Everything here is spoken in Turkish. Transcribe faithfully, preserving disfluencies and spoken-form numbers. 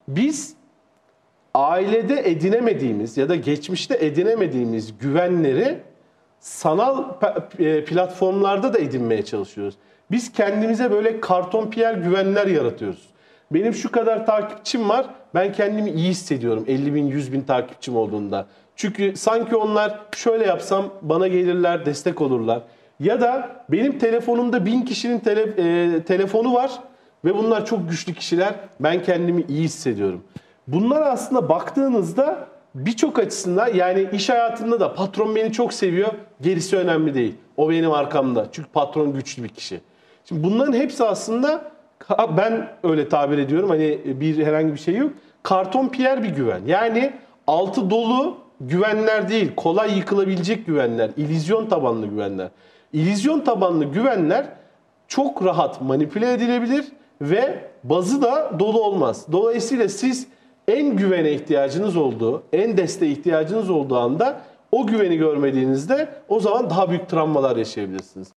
Biz ailede edinemediğimiz ya da geçmişte edinemediğimiz güvenleri sanal platformlarda da edinmeye çalışıyoruz. Biz kendimize böyle karton piyer güvenler yaratıyoruz. Benim şu kadar takipçim var, ben kendimi iyi hissediyorum elli bin, yüz bin takipçim olduğunda. Çünkü sanki onlar şöyle yapsam bana gelirler, destek olurlar. Ya da benim telefonumda bin kişinin tele, e, telefonu var ve bunlar çok güçlü kişiler, ben kendimi iyi hissediyorum. Bunlar aslında baktığınızda birçok açısından, yani iş hayatında da patron beni çok seviyor, gerisi önemli değil. O benim arkamda. Çünkü patron güçlü bir kişi. Şimdi bunların hepsi aslında, ben öyle tabir ediyorum, hani bir herhangi bir şey yok. Karton piyer bir güven. Yani altı dolu güvenler değil, kolay yıkılabilecek güvenler, illüzyon tabanlı güvenler. İllüzyon tabanlı güvenler çok rahat manipüle edilebilir ve bazı da dolu olmaz. Dolayısıyla siz en güvene ihtiyacınız olduğu, en desteğe ihtiyacınız olduğu anda o güveni görmediğinizde o zaman daha büyük travmalar yaşayabilirsiniz.